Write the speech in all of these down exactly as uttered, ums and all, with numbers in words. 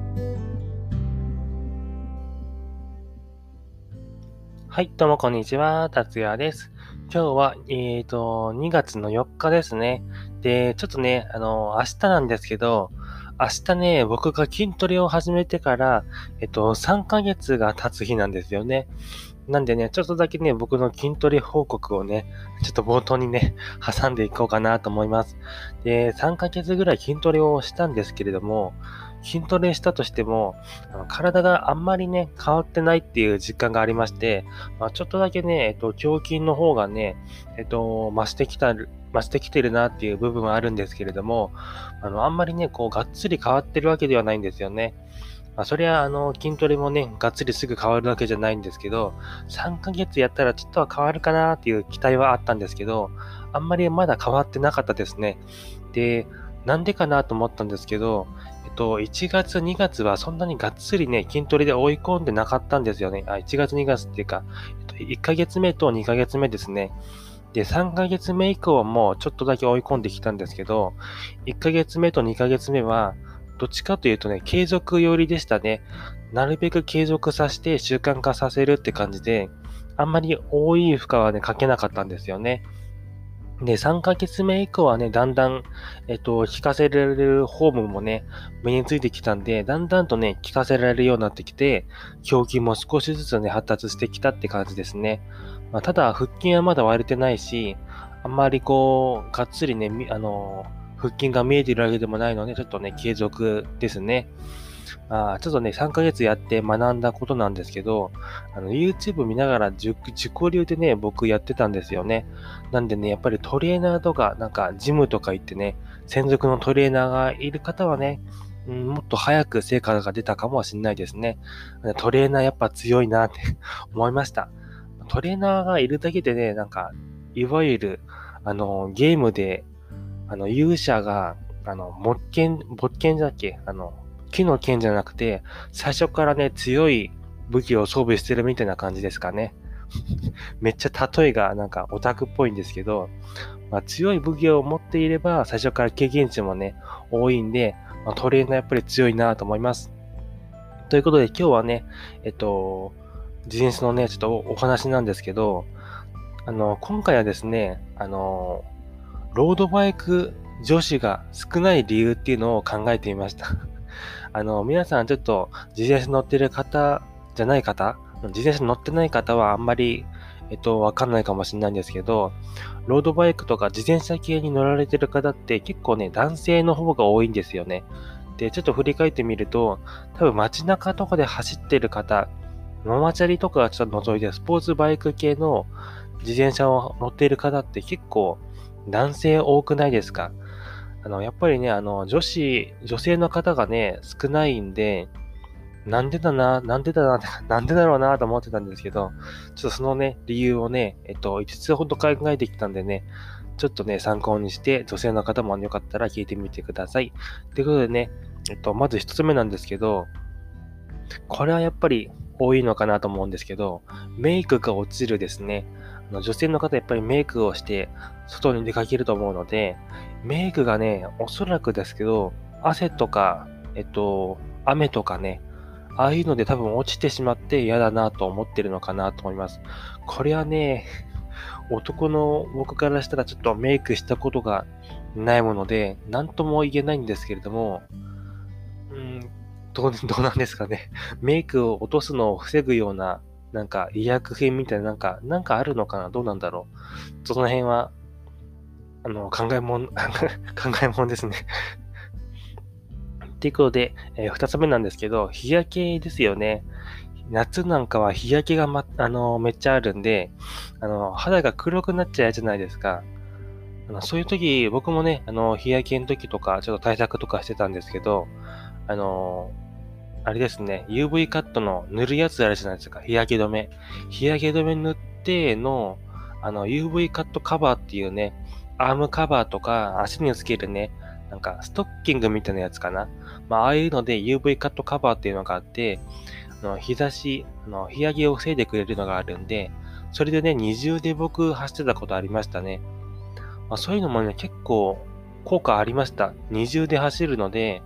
はい、どうもこんにちは、達也です。今日は、えっと、にがつのよっかですね。で、ちょっとね、あの、明日なんですけど、明日ね、僕が筋トレを始めてから、えっと、さんかげつが経つ日なんですよね。なんでね、ちょっとだけね、僕の筋トレ報告をね、ちょっと冒頭にね、挟んでいこうかなと思います。で、さんかげつぐらい筋トレをしたんですけれども、筋トレしたとしても、あの体があんまりね、変わってないっていう実感がありまして、まあ、ちょっとだけね、えっと、胸筋の方がね、えっと、増してきたる、増してきてるなっていう部分はあるんですけれども、あの、あんまりね、こう、がっつり変わってるわけではないんですよね。まあ、そりゃ、あの、筋トレもね、がっつりすぐ変わるわけじゃないんですけど、さんかげつやったらちょっとは変わるかなっていう期待はあったんですけど、あんまりまだ変わってなかったですね。で、なんでかなと思ったんですけど、えっと、いちがつ、にがつはそんなにがっつりね、筋トレで追い込んでなかったんですよね。あ、いちがつ、にがつっていうか、えっと、いっかげつめとにかげつめですね。で、さんかげつめ以降もちょっとだけ追い込んできたんですけど、いっかげつめとにかげつめは、どっちかというとね、継続寄りでしたね。なるべく継続させて習慣化させるって感じで、あんまり多い負荷はね、かけなかったんですよね。で、さんかげつめ以降はね、だんだん、えっと、効かせられるフォームもね、身についてきたんで、だんだんとね、効かせられるようになってきて、胸筋も少しずつね、発達してきたって感じですね。まあ、ただ、腹筋はまだ割れてないし、あんまりこう、がっつりね、みあの、腹筋が見えているわけでもないので、ちょっとね、継続ですね。まあ、ちょっとね、さんかげつやって学んだことなんですけど、あの、YouTube 見ながら自自己流でね、僕やってたんですよね。なんでね、やっぱりトレーナーとか、なんか、ジムとか行ってね、専属のトレーナーがいる方はね、うん、もっと早く成果が出たかもしれないですね。トレーナーやっぱ強いなって思いました。トレーナーがいるだけでね、なんか、いわゆる、あの、ゲームで、あの、勇者が、あの、木剣、木剣だっけあの、木の剣じゃなくて、最初からね、強い武器を装備してるみたいな感じですかね。めっちゃ例えがなんかオタクっぽいんですけど、まあ、強い武器を持っていれば、最初から経験値もね、多いんで、まあ、トレーナーやっぱり強いなと思います。ということで今日はね、えっと、自転車のね、ちょっとお話なんですけど、あの、今回はですね、あの、ロードバイク女子が少ない理由っていうのを考えてみました。あの、皆さんちょっと自転車乗ってる方じゃない方、自転車乗ってない方はあんまり、えっと、わかんないかもしれないんですけど、ロードバイクとか自転車系に乗られてる方って結構ね、男性の方が多いんですよね。で、ちょっと振り返ってみると、多分街中とかで走ってる方、ママチャリとかちょっと除いてスポーツバイク系の自転車を乗っている方って結構男性多くないですか？あの、やっぱりね、あの、女子、女性の方がね、少ないんで、なんでだな、なんでだな、なんでだろうなと思ってたんですけど、ちょっとそのね、理由をね、えっと、いつつほど考えてきたんでね、ちょっとね、参考にして、女性の方もよかったら聞いてみてください。ということでね、えっと、まず一つ目なんですけど、これはやっぱり多いのかなと思うんですけど、メイクが落ちるですね。あの女性の方やっぱりメイクをして外に出かけると思うので、メイクがね、おそらくですけど、汗とか、えっと、雨とかね、ああいうので多分落ちてしまって嫌だなと思ってるのかなと思います。これはね、男の僕からしたらちょっとメイクしたことがないもので、なんとも言えないんですけれども、うーん、どう、どうなんですかね。メイクを落とすのを防ぐような、なんか医薬品みたいな、なんか、なんかあるのかなどうなんだろう。その辺は、あの、考えもん、考えもんですね。っていうことで、えー、二つ目なんですけど、日焼けですよね。夏なんかは日焼けがま、あの、めっちゃあるんで、あの、肌が黒くなっちゃうじゃないですか。あの、そういう時、僕もね、あの、日焼けの時とか、ちょっと対策とかしてたんですけど、あの、あれですね、ユーブイ カットの塗るやつあるじゃないですか。日焼け止め。日焼け止め塗っての、あの、ユーブイ カットカバーっていうね、アームカバーとか足につけるね、なんかストッキングみたいなやつかな。まあ、ああいうので ユーブイ カットカバーっていうのがあって、あの日差し、あの日焼けを防いでくれるのがあるんで、それでね、二重で僕走ってたことありましたね。まあ、そういうのもね、結構効果ありました。二重で走るので、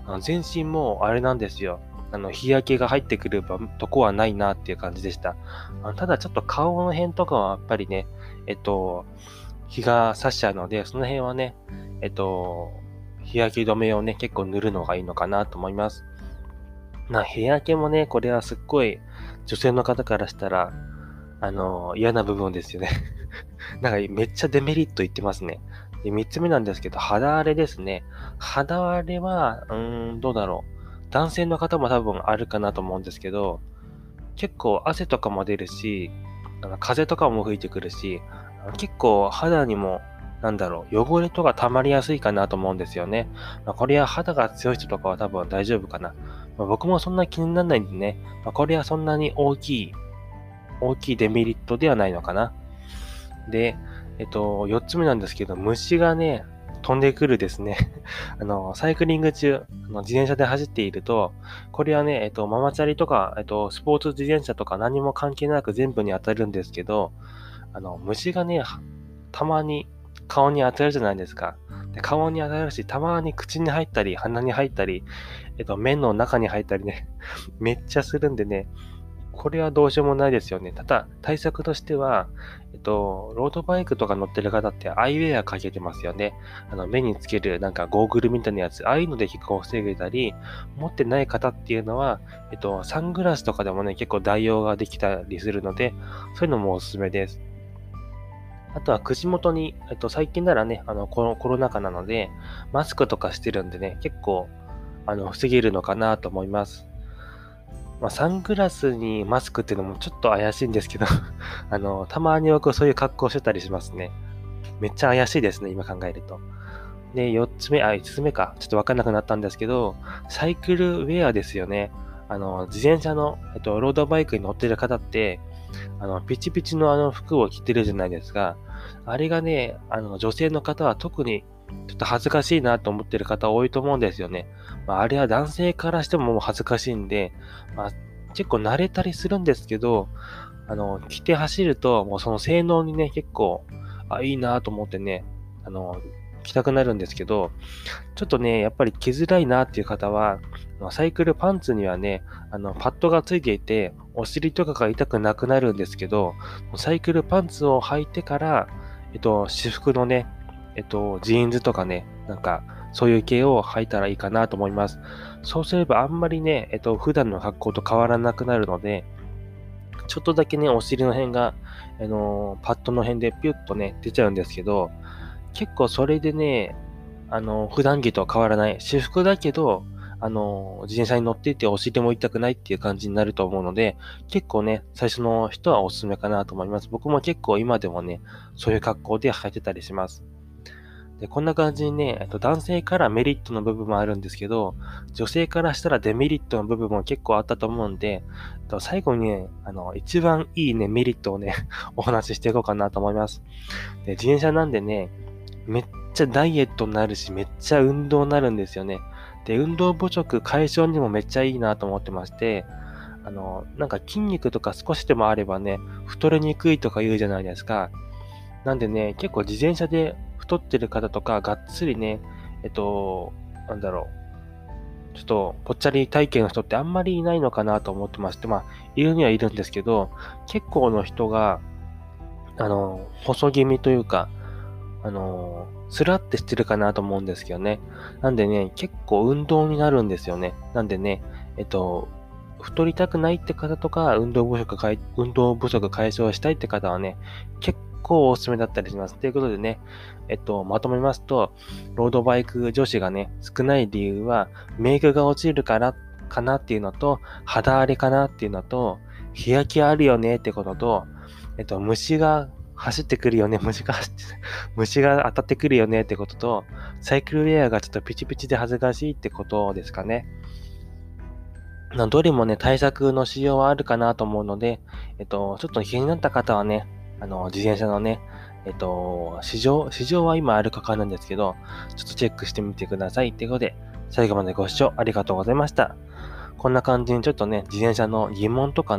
あの全身もあれなんですよ。あの、日焼けが入ってくる場とこはないなっていう感じでした。あのただちょっと顔の辺とかはやっぱりね、えっと、日が差しちゃうので、その辺はね、えっと、日焼け止めをね、結構塗るのがいいのかなと思います。まあ、日焼けもね、これはすっごい女性の方からしたら、あの、嫌な部分ですよね。なんかめっちゃデメリット言ってますね。で、三つ目なんですけど、肌荒れですね。肌荒れは、うーん、どうだろう。男性の方も多分あるかなと思うんですけど、結構汗とかも出るし、あの風とかも吹いてくるし、あの結構肌にも、なんだろう、汚れとか溜まりやすいかなと思うんですよね。まあ、これは肌が強い人とかは多分大丈夫かな。まあ、僕もそんな気にならないんでね、まあ、これはそんなに大きい、大きいデメリットではないのかな。で、えっと、四つ目なんですけど、虫がね、飛んでくるですね。あの、サイクリング中、あの自転車で走っていると、これはね、えっと、ママチャリとか、えっと、スポーツ自転車とか何も関係なく全部に当たるんですけど、あの、虫がね、たまに顔に当たるじゃないですか。で、顔に当たるし、たまに口に入ったり、鼻に入ったり、えっと、目の中に入ったりね、めっちゃするんでね、これはどうしようもないですよね。ただ、対策としては、えっと、ロードバイクとか乗ってる方ってアイウェアかけてますよね。あの、目につけるなんかゴーグルみたいなやつ、ああいうので飛行を防げたり、持ってない方っていうのは、えっと、サングラスとかでもね、結構代用ができたりするので、そういうのもおすすめです。あとは口元に、えっと、最近ならね、あの、コロコロナ禍なので、マスクとかしてるんでね、結構、あの、防げるのかなと思います。まあ、サングラスにマスクっていうのもちょっと怪しいんですけどあの、たまに僕そういう格好してたりしますね。めっちゃ怪しいですね、今考えると。で、よっつめ、あ、いつつめか。ちょっとわかんなくなったんですけど、サイクルウェアですよね。あの、自転車の、えっと、ロードバイクに乗ってる方って、あの、ピチピチのあの服を着てるじゃないですか。あれがね、あの、女性の方は特にちょっと恥ずかしいなと思ってる方多いと思うんですよね。まあ、あれは男性からしてももう恥ずかしいんで、まあ、結構慣れたりするんですけど、あの、着て走ると、もうその性能にね、結構、あ、いいなと思ってね、あの、着たくなるんですけど、ちょっとね、やっぱり着づらいなっていう方は、サイクルパンツにはね、あの、パッドがついていて、お尻とかが痛くなくなるんですけど、サイクルパンツを履いてから、えっと、私服のね、えっと、ジーンズとかね、なんか、そういう系を履いたらいいかなと思います。そうすればあんまりね、えっと、普段の格好と変わらなくなるので、ちょっとだけね、お尻の辺が、あのーパッドの辺でピュッとね、出ちゃうんですけど、結構それでね、あのー普段着と変わらない。私服だけど、あのー自転車に乗っていてお尻も痛くないっていう感じになると思うので、結構ね、最初の人はおすすめかなと思います。僕も結構今でもね、そういう格好で履いてたりします。で、こんな感じにね、えっと、男性からメリットの部分もあるんですけど、女性からしたらデメリットの部分も結構あったと思うんで、えっと最後にね、あの、一番いいね、メリットをね、お話ししていこうかなと思います。で、自転車なんでね、めっちゃダイエットになるし、めっちゃ運動になるんですよね。で、運動不足解消にもめっちゃいいなと思ってまして、あの、なんか筋肉とか少しでもあればね、太りにくいとか言うじゃないですか。なんでね、結構自転車で太ってる方とか、がっつりね、えっと、なんだろう、ちょっとぽっちゃり体型の人ってあんまりいないのかなと思ってまして、まあ、いるにはいるんですけど、結構の人が、あの、細気味というか、あの、スラってしてるかなと思うんですけどね。なんでね、結構運動になるんですよね。なんでね、えっと、太りたくないって方とか、運動不足解、運動不足解消したいって方はね、結構おすすめだったりします。ということでね、えっと、まとめますと、ロードバイク女子がね、少ない理由は、メイクが落ちるから、かなっていうのと、肌荒れかなっていうのと、日焼けあるよねってことと、えっと、虫が走ってくるよね、虫が走って、虫が当たってくるよねってことと、サイクルウェアがちょっとピチピチで恥ずかしいってことですかね。などれもね、対策の仕様はあるかなと思うので、えっと、ちょっと気になった方はね、あの、自転車のね、えっと、市場、市場は今あるかわかんないんですけど、ちょっとチェックしてみてください。ということで、最後までご視聴ありがとうございました。こんな感じにちょっとね、自転車の疑問とかね、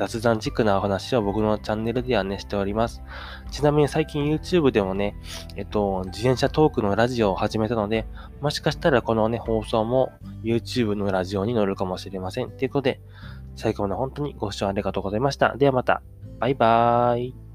雑談チックなお話を僕のチャンネルではね、しております。ちなみに最近 YouTube でもね、えっと、自転車トークのラジオを始めたので、もしかしたらこのね、放送も YouTube のラジオに載るかもしれません。ということで、最後まで本当にご視聴ありがとうございました。ではまた。バイバーイ。